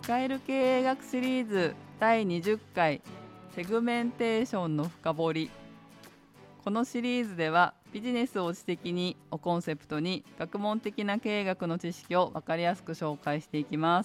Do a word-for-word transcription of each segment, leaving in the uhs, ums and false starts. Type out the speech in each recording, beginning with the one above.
使える経営学シリーズだいにじゅっかいセグメンテーションの深掘り。このシリーズではビジネスを知的にをコンセプトに学問的な経営学の知識を分かりやすく紹介していきます。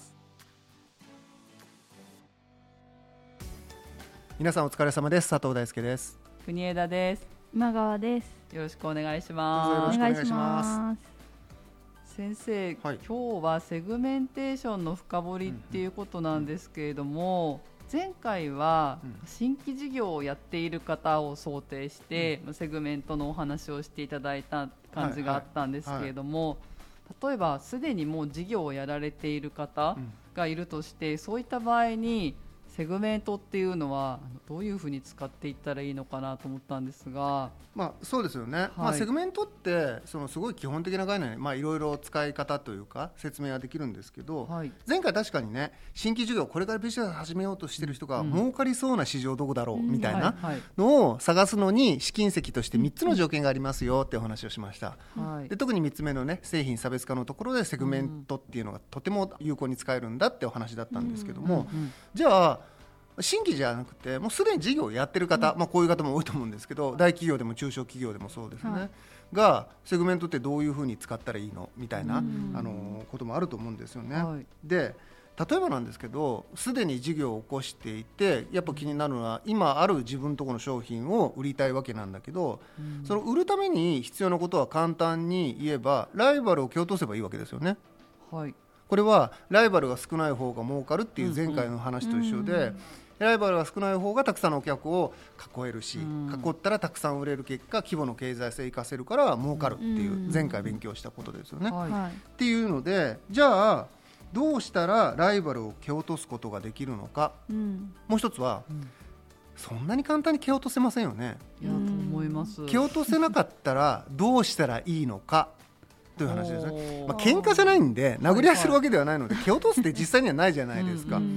皆さんお疲れ様です。佐藤大輔です。 国枝です。 今川です。 よろしくお願いします。 よろしくお願いします。 先生、 はい、 今日はセグメンテーションの深掘りっていうことなんですけれども、うんうん、前回は新規事業をやっている方を想定して、うん、セグメントのお話をしていただいた感じがあったんですけれども、はいはいはい、例えばすでにもう事業をやられている方がいるとして、うん、そういった場合にセグメントっていうのはどういうふうに使っていったらいいのかなと思ったんですが。 まあ、そうですよね、はい、まあ、セグメントってそのすごい基本的な概念、まあ、いろいろ使い方というか説明はできるんですけど、はい、前回確かにね、新規事業これからビジネス始めようとしている人が儲かりそうな市場どこだろうみたいなのを探すのに試金石としてみっつの条件がありますよってお話をしました、はい、で特にみっつめのね、製品差別化のところでセグメントっていうのがとても有効に使えるんだってお話だったんですけども、うんうんうん、じゃあ新規じゃなくてもうすでに事業をやってる方、うん、まあ、こういう方も多いと思うんですけど、大企業でも中小企業でもそうですね、はい、がセグメントってどういうふうに使ったらいいのみたいな、うん、あのこともあると思うんですよね、はい、で例えばなんですけど、すでに事業を起こしていてやっぱ気になるのは今ある自分のところの商品を売りたいわけなんだけど、うん、その売るために必要なことは簡単に言えばライバルを蹴落とせばいいわけですよね、はい、これはライバルが少ない方が儲かるっていう前回の話と一緒で、うんうん、ライバルが少ない方がたくさんのお客を囲えるし、うん、囲ったらたくさん売れる結果規模の経済性生かせるから儲かるっていう前回勉強したことですよね、うん、はい、っていうので、じゃあどうしたらライバルを蹴落とすことができるのか、うん、もう一つは、うん、そんなに簡単に蹴落とせませんよね。 いや、と思います。 蹴落とせなかったらどうしたらいいのかという話ですね。まあ、喧嘩じゃないんで殴り合いするわけではないので、蹴落とすって実際にはないじゃないですか、うんうん、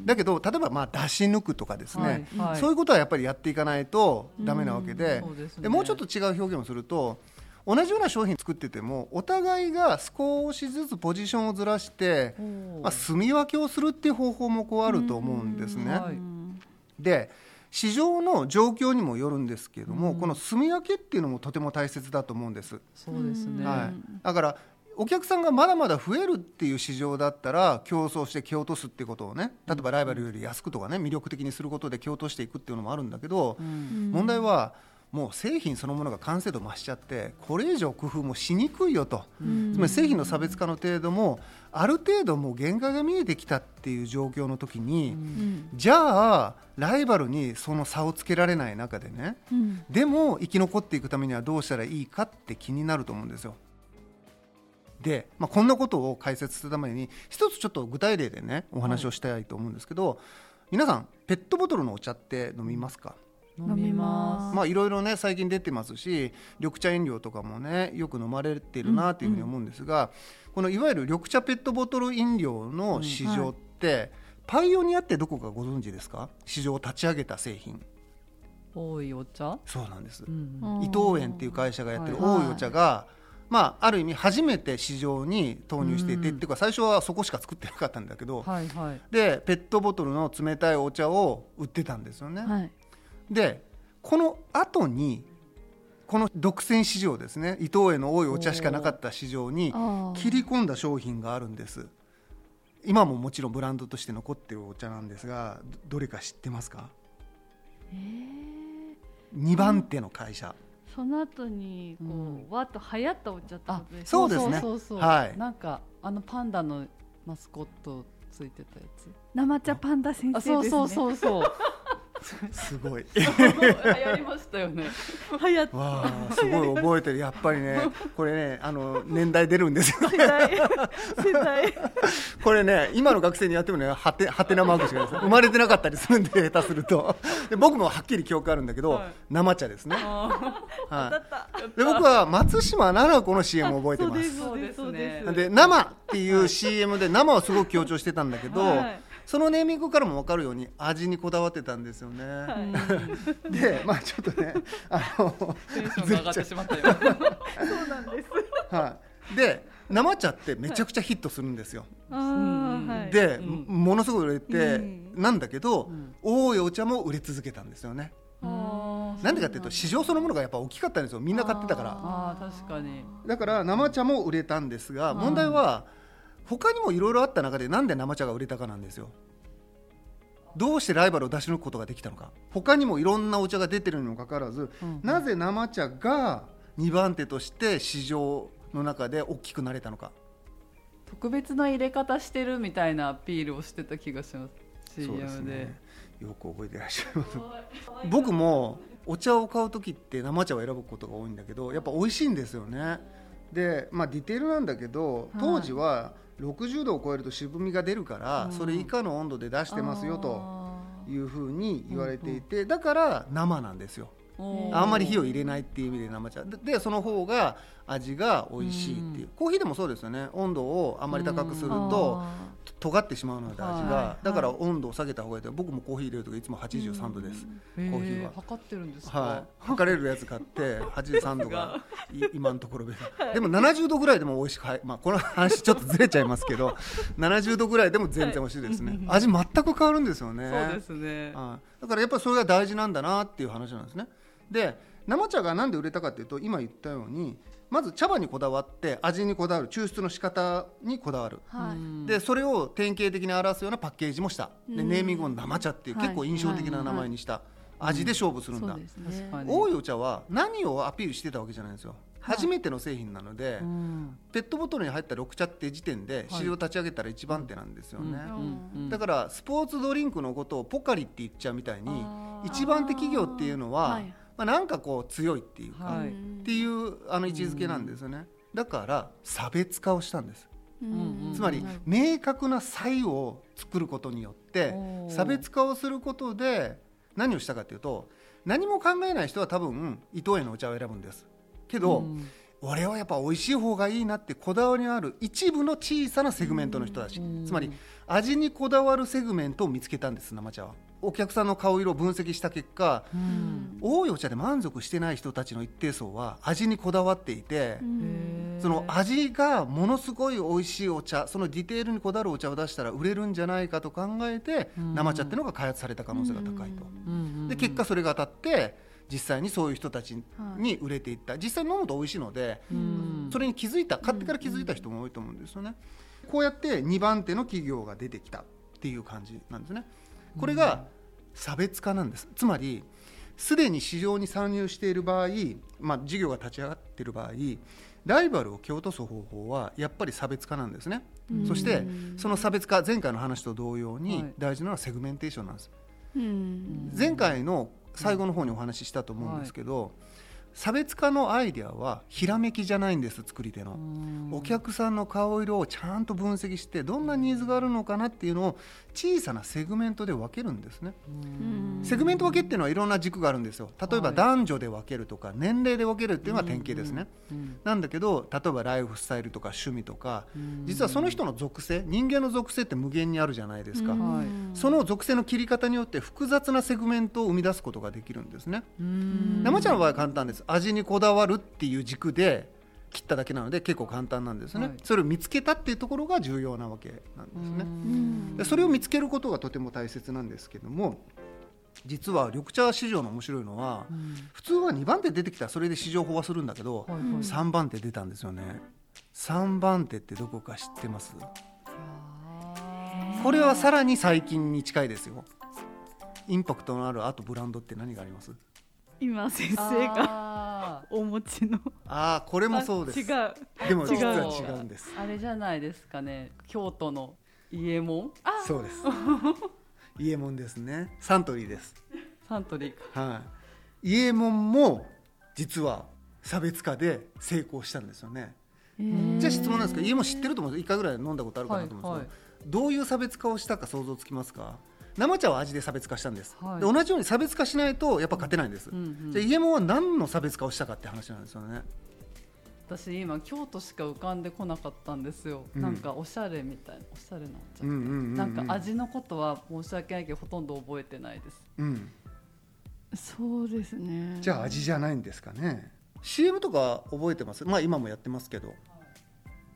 だけど例えばまあ出し抜くとかですね、はいはい、そういうことはやっぱりやっていかないとダメなわけで、うん、そうですね、でもうちょっと違う表現をすると、同じような商品作っててもお互いが少しずつポジションをずらして、まあ、住み分けをするっていう方法もこうあると思うんですね、はい、で市場の状況にもよるんですけれども、うん、この住み分けっていうのもとても大切だと思うんです。 そうですね、 はい、だからお客さんがまだまだ増えるっていう市場だったら競争して蹴落とすっていうことをね、例えばライバルより安くとかね、魅力的にすることで蹴落としていくっていうのもあるんだけど、うん、問題はもう製品そのものが完成度増しちゃってこれ以上工夫もしにくいよと、うん、つまり製品の差別化の程度もある程度もう限界が見えてきたっていう状況の時に、うん、じゃあライバルにその差をつけられない中でね、うん、でも生き残っていくためにはどうしたらいいかって気になると思うんですよ。で、まあ、こんなことを解説するために一つちょっと具体例でねお話をしたいと思うんですけど、はい、皆さんペットボトルのお茶って飲みますか？ 飲みます。 まあいろいろね最近出てますし、緑茶飲料とかもねよく飲まれているなというふうに思うんですが、うんうん、このいわゆる緑茶ペットボトル飲料の市場って、うんはい、パイオニアってどこかご存知ですか？市場を立ち上げた製品。 多いお茶。 そうなんです、うん、伊藤園っていう会社がやってる多いお茶が、はい、まあ、ある意味初めて市場に投入していて、うん、っていうか最初はそこしか作ってなかったんだけど、はいはい、でペットボトルの冷たいお茶を売ってたんですよね、はい、でこの後にこの独占市場ですね、伊藤園の多いお茶しかなかった市場に切り込んだ商品があるんです。今ももちろんブランドとして残っているお茶なんですが、どれか知ってますか？えー、にばん手の会社、 その後にこう、うん、わっと流行ったお茶ってことですか？ そうですね、 そうそうそう、はい、なんかあのパンダのマスコットついてたやつ、 生茶パンダ先生ですね。 そうそうそうそうすごい流行りましたよね。 流行った。 わあ、すごい覚えてる。やっぱりね、これね、あの年代出るんですよ。 世代世代これね、今の学生にやってもね、はてはてなマークしかないです。生まれてなかったりするんで、下手すると。で僕もはっきり記憶あるんだけど、はい、生茶ですね。はい、で僕は松島奈々子の シーエム を覚えてます。 そうですそうです。 で生っていう シーエム で生をすごく強調してたんだけど、はい、そのネーミングからも分かるように味にこだわってたんですよね、はい、でまあちょっとね、あのテンションが上がってしまったよそうなんです、 はい、で生茶ってめちゃくちゃヒットするんですよ、 はい、 はい、 で、 うん、 ものすごい売れて、うん、なんだけど、うん、多いお茶も売れ続けたんですよね。なんでかっていうと市場そのものがやっぱ大きかったんですよ。みんな買ってたから。 ああ確かに。 だから生茶も売れたんですが、問題は他にもいろいろあった中でなんで生茶が売れたかなんですよ。どうしてライバルを出し抜くことができたのか。他にもいろんなお茶が出てるにもかかわらず、うん、なぜ生茶がにばん手として市場の中で大きくなれたのか。 特別な入れ方してるみたいなアピールをしてた気がします。 シーエム で。そうですね、よく覚えてらっしゃいます。僕もお茶を買う時って生茶を選ぶことが多いんだけど、やっぱ美味しいんですよね。で、まあ、ディテールなんだけど、当時はろくじゅうどを超えると渋みが出るから、それ以下の温度で出してますよというふうに言われていて、だから生なんですよ。あんまり火を入れないっていう意味で生茶 で, でその方が味が美味しいっていう、コーヒーでもそうですよね。温度をあんまり高くすると尖ってしまうので味が、だから温度を下げた方がいいと。僕もコーヒー入れるときいつもはちじゅうさんどです、コーヒーは。 測ってるんですか？ はい、測れるやつ買ってはちじゅうさんどが今のところでもななじゅうどぐらいでも美味しく、はい、まあ、この話ちょっとずれちゃいますけどななじゅうどぐらいでも全然美味しいですね、はい、味全く変わるんですよね。 そうですね、 はい、だからやっぱりそれが大事なんだなっていう話なんですね。で生茶がなんで売れたかっていうと、今言ったようにまず茶葉にこだわって味にこだわる、抽出の仕方にこだわる、はい、でそれを典型的に表すようなパッケージもした。でネーミングを生茶っていう結構印象的な名前にした、はいはい、味で勝負するんだ、うん、多いお茶は何をアピールしてたわけじゃないんですよ。初めての製品なので、はい、ペットボトルに入った緑茶って時点で市場立ち上げたら一番手なんですよね、はい、だからスポーツドリンクのことをポカリって言っちゃうみたいに、一番手企業っていうのは、はい、まあ、なんかこう強いっていうか、はい、っていうあの位置づけなんですよね。だから差別化をしたんです。つまり明確な差異を作ることによって差別化をすることで何をしたかというと、何も考えない人は多分伊藤園のお茶を選ぶんですけど、うん、俺はやっぱ美味しい方がいいなってこだわりのある一部の小さなセグメントの人たち、つまり味にこだわるセグメントを見つけたんです。生茶はお客さんの顔色を分析した結果、うん、多いお茶で満足してない人たちの一定層は味にこだわっていて、うん、その味がものすごい美味しいお茶、そのディテールにこだわるお茶を出したら売れるんじゃないかと考えて、うん、生茶っていうのが開発された可能性が高いと、うん、で結果それが当たって実際にそういう人たちに売れていった、はい、実際に飲むと美味しいので、うん、それに気づいた、買ってから気づいた人も多いと思うんですよね。こうやってにばん手の企業が出てきたっていう感じなんですね。これが差別化なんです。つまりすでに市場に参入している場合、まあ、事業が立ち上がっている場合、ライバルを蹴落とす方法はやっぱり差別化なんですね。そしてその差別化、前回の話と同様に大事なのはセグメンテーションなんです。前回の最後の方にお話ししたと思うんですけど、はい、差別化のアイデアはひらめきじゃないんです。作り手のお客さんの顔色をちゃんと分析して、どんなニーズがあるのかなっていうのを小さなセグメントで分けるんですね。セグメント分けっていうのはいろんな軸があるんですよ。例えば男女で分けるとか年齢で分けるっていうのが典型ですね。なんだけど例えばライフスタイルとか趣味とか、実はその人の属性、人間の属性って無限にあるじゃないですか。その属性の切り方によって複雑なセグメントを生み出すことができるんですね。生茶の場合は簡単です。味にこだわるっていう軸で切っただけなので結構簡単なんですね、はい、それを見つけたっていうところが重要なわけなんですね。でそれを見つけることがとても大切なんですけども、実は緑茶市場の面白いのは、うん、普通はにばん手出てきたらそれで市場飽和するんだけど、はいはい、さんばん手出たんですよね。さんばん手ってどこか知ってます？これはさらに最近に近いですよ。インパクトのあるあとブランドって何があります？ 今先生がお持ちの、 ああこれもそうです。 違う、 でも実は違うんです。 あれじゃないですかね、京都の伊右衛門。 そうです伊右衛門ですね。サントリーです。 サントリーか、 はい、伊右衛門も実は差別化で成功したんですよね。じゃあ質問なんですけど、伊右衛門知ってると思うんです。いっかいぐらい飲んだことあるかなと思うんですけど、はいはい、どういう差別化をしたか想像つきますか？生茶は味で差別化したんです、はい、で同じように差別化しないとやっぱ勝てないんです、うんうん、じゃあ伊右衛門は何の差別化をしたかって話なんですよね。 私今京都しか浮かんでこなかったんですよ、うん、なんかおしゃれみたいな、おしゃれなお茶、うんうんうんうん、なんか味のことは申し訳ないけどほとんど覚えてないです、 うん、 そうですね。 じゃあ味じゃないんですかね。 シーエム とか覚えてます？まあ今もやってますけど、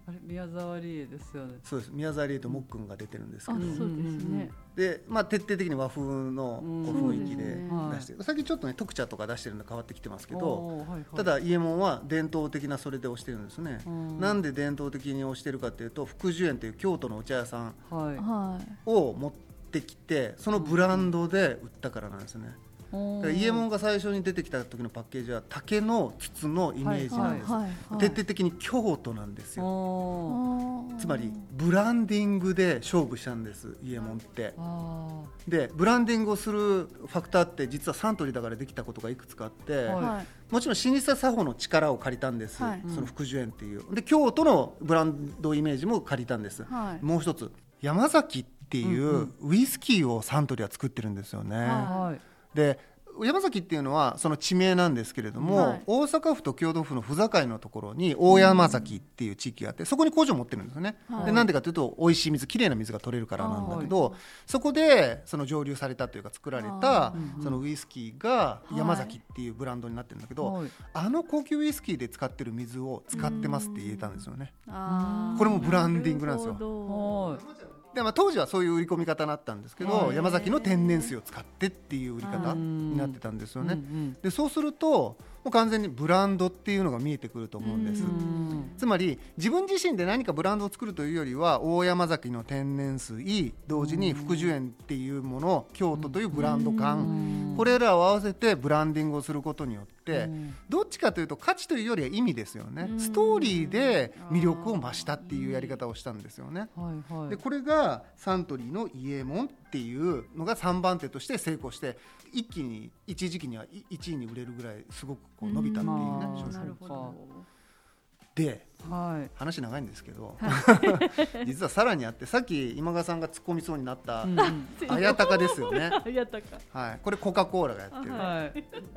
あれ宮沢りえですよね。 そうです、宮沢りえともっくんが出てるんですけど、 あ、そうですね。 で、まあ、徹底的に和風のこう雰囲気で出して、 うん、 最近ちょっとね特茶とか出してるの変わってきてますけど、 はいはい、 ただ伊右衛門は伝統的なそれで推してるんですね。なんで伝統的に推してるかというと、福寿園という京都のお茶屋さんを持ってきて、そのブランドで売ったからなんですね。伊右衛門が最初に出てきた時のパッケージは竹の筒のイメージなんです、はいはいはい、徹底的に京都なんですよ。つまりブランディングで勝負したんです伊右衛門って。でブランディングをするファクターって実はサントリーだからできたことがいくつかあって、はい、もちろん老舗作法の力を借りたんです、はい、その福寿園っていうで京都のブランドイメージも借りたんです、はい、もう一つ山崎っていうウイスキーをサントリーは作ってるんですよね、はい、で山崎っていうのはその地名なんですけれども、はい、大阪府と京都府の府境のところに大山崎っていう地域があって、そこに工場を持ってるんですよね、はい、でなんでかというと美味しい水、きれいな水が取れるからなんだけど、はい、そこでその蒸留されたというか作られたそのウイスキーが山崎っていうブランドになってるんだけど、はい、あの高級ウイスキーで使ってる水を使ってますって言えたんですよね。これもブランディングなんですよ。でまあ、当時はそういう売り込み方になったんですけど、山崎の天然水を使ってっていう売り方になってたんですよね。でそうするともう完全にブランドっていうのが見えてくると思うんです。つまり自分自身で何かブランドを作るというよりは、大山崎の天然水同時に福寿園っていうもの、京都というブランド感、これらを合わせてブランディングをすることによってどっちかというと価値というよりは意味ですよね。ストーリーで魅力を増したっていうやり方をしたんですよね。でこれがサントリーの伊右衛門っていうのがさんばん手として成功して、一気に一時期にはいちいに売れるぐらいすごくこう伸びたっていうね。 なるほど。 で、はい、話長いんですけど実はさらにあって、さっき今川さんが突っ込みそうになった綾鷹ですよね。 綾鷹、 はい、これコカ・コーラがやってる、はい、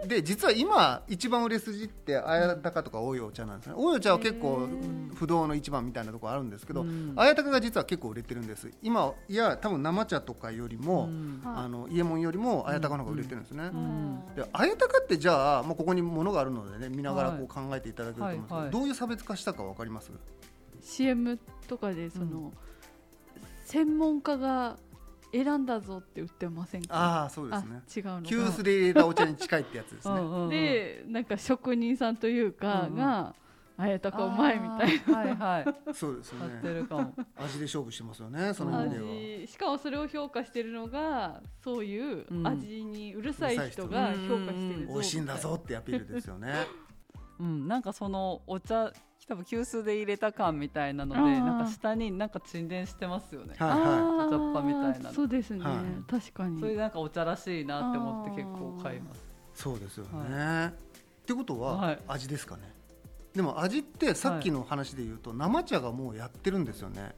で実は今一番売れ筋って綾鷹とか多いお茶なんですね。多いお茶は結構不動の一番みたいなところあるんですけど、綾鷹が実は結構売れてるんです。今いや多分生茶とかよりも、うん、あの伊右衛門よりも綾鷹の方が売れてるんですね、うん、で綾鷹ってじゃあ、まあ、ここに物があるのでね、見ながらこう考えていただけると思うんですけど、はいはいはい、どういう差別化したか分かります？ シーエム とかでその、うん、専門家が選んだぞって売ってませんか？ ああ、そうですね。 違うのか、 急須で入れたお茶に近いってやつですねうんうん、でなんか職人さんというか、うんうん、が綾鷹うまいみたいな、 はいはい、 そうですよね。 ってるかも。 味で勝負してますよね、その意味では。 しかもそれを評価してるのがそういう味にうるさい人が評価してるぞ、 美味しいんだぞってアピールですよねうん、なんかそのお茶多分急須で入れた感みたいなので、なんか下になんか沈殿してますよね、はいはい、お茶っ葉みたいな。 そうですね、はい、確かにそれでなんかお茶らしいなって思って結構買います。 そうですよね、はい、ってことは、はい、味ですかね。でも味ってさっきの話で言うと、はい、生茶がもうやってるんですよね。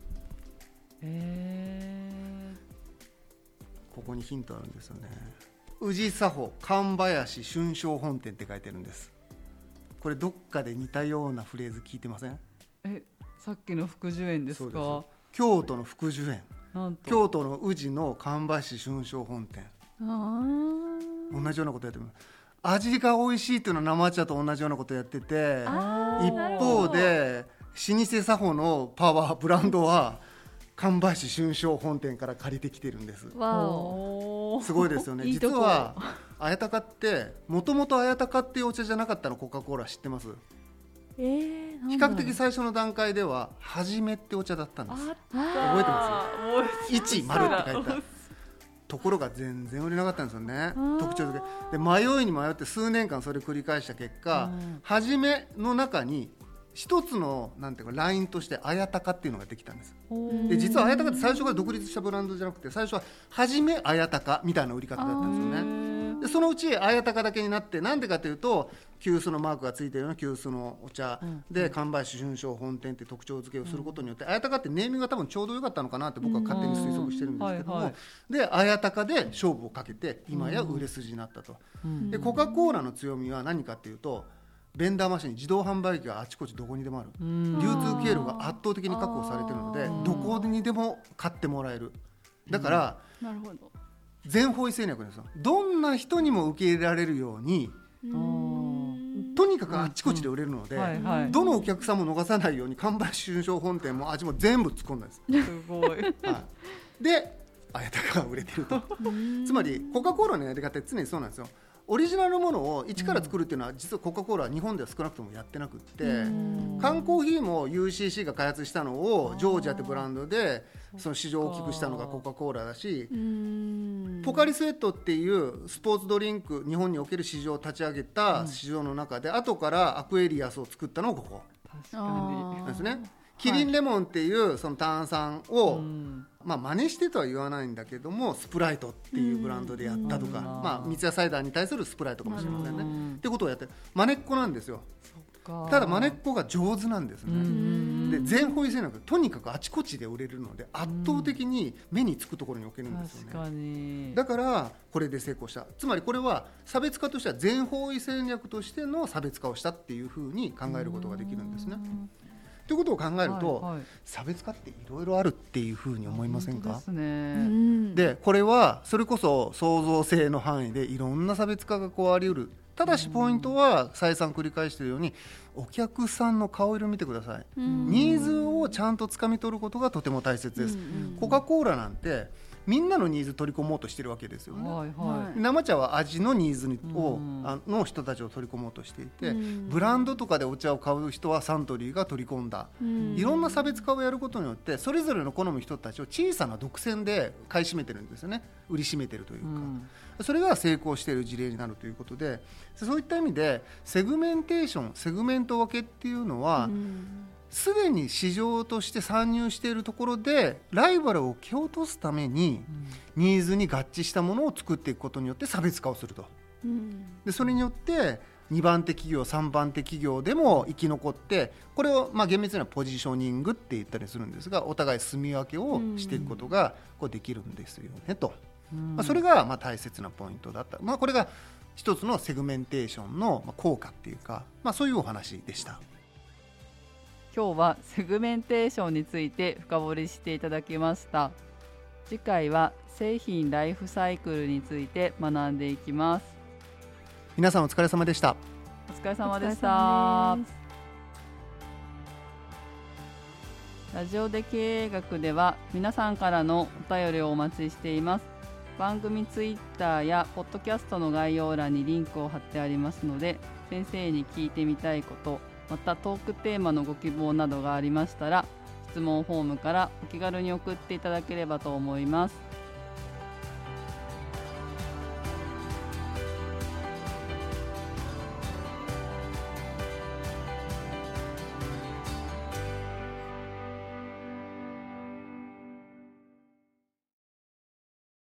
へー、ここにヒントあるんですよね。宇治作法神林春章本店って書いてるんです。これどっかで似たようなフレーズ聞いてません？ え、さっきの福寿園ですか？ そうです。京都の福寿園、なんと京都の宇治の神林春章本店、あ同じようなことやってる。味が美味しいっていうのは生茶と同じようなことやってて、一方で老舗作法のパワーブランドは神林春章本店から借りてきてるんです。 わお、 すごいですよね。いい実は綾鷹ってもともと綾鷹っていうお茶じゃなかったの。コカ・コーラ知ってます？ えー、 比較的最初の段階でははじめってお茶だったんです。覚えてます？一丸って書いてあるところが全然売れなかったんですよね。特徴的で迷いに迷って数年間それを繰り返した結果、はじめの中に一つのなんていうかラインとして綾鷹っていうのができたんです。で実は綾鷹って最初から独立したブランドじゃなくて、最初ははじめ綾鷹みたいな売り方だったんですよね。でそのうち綾鷹だけになって、なんでかというと急須のマークがついているような急須のお茶で神林春章本店って特徴付けをすることによって、綾鷹ってネーミングが多分ちょうど良かったのかなって僕は勝手に推測してるんですけども、はいはい、で綾鷹で勝負をかけて今や売れ筋になったと。でコカ・コーラの強みは何かっていうと、ベンダーマシン、自動販売機があちこちどこにでもある、流通経路が圧倒的に確保されているので、どこにでも買ってもらえる。だから、 なるほど、 全方位戦略ですよ。どんな人にも受け入れられるようにとにかくあっちこっちで売れるので、はいはい、どのお客さんも逃さないように看板春章本店も味も全部突っ込んだんです。 すごい、はい、 で綾鷹が売れてるとつまりコカ・コーラのやり方って常にそうなんですよ。オリジナルのものを一から作るっていうのは、実はコカ・コーラは日本では少なくともやってなくって、缶コーヒーも ユーシーシー が開発したのをジョージアってブランドでその市場を大きくしたのがコカ・コーラだし、ポカリスエットっていうスポーツドリンク日本における市場を立ち上げた市場の中で、後からアクエリアスを作ったのがここ確かにですね。キリンレモンっていうその炭酸を、まあ真似してとは言わないんだけども、スプライトっていうブランドでやったとか、まあ三ツ矢サイダーに対するスプライトかもしれませんねってことをやってる。まねっこなんですよ。ただまねっこが上手なんですね。で全方位戦略、とにかくあちこちで売れるので圧倒的に目につくところに置けるんですよね。 確かに。 だからこれで成功した。つまりこれは差別化としては全方位戦略としての差別化をしたっていうふうに考えることができるんですね。ということを考えると、はいはい、差別化っていろいろあるっていうふうに思いませんか？ ですね。 でこれはそれこそ創造性の範囲でいろんな差別化がこうあり得る。ただしポイントは再三繰り返しているように、お客さんの顔色見てください。ニーズをちゃんとつかみ取ることがとても大切です。コカ・コーラなんてみんなのニーズ取り込もうとしてるわけですよね、はいはい、生茶は味のニーズを、あの人たちを取り込もうとしていて、ブランドとかでお茶を買う人はサントリーが取り込んだ。いろんな差別化をやることによってそれぞれの好む人たちを小さな独占で買い占めてるんですよね。売り占めてるというか、うん、それが成功している事例になるということで、そういった意味でセグメンテーション、セグメント分けっていうのは、すでに市場として参入しているところでライバルを蹴落とすためにニーズに合致したものを作っていくことによって差別化をすると、うん、でそれによってにばん手企業さんばん手企業でも生き残って、これをまあ厳密にはポジショニングって言ったりするんですが、お互い住み分けをしていくことがこうできるんですよねと、うんまあ、それがまあ大切なポイントだった、まあ、これが一つのセグメンテーションの効果っていうか、まあ、そういうお話でした。 今日はセグメンテーションについて深掘りしていただきました。次回は製品ライフサイクルについて学んでいきます。 皆さんお疲れ様でした。 お疲れ様でした。ラジオで経営学では皆さんからのお便りをお待ちしています。番組ツイッターやポッドキャストの概要欄にリンクを貼ってありますので、先生に聞いてみたいこと、またトークテーマのご希望などがありましたら、質問フォームからお気軽に送っていただければと思います。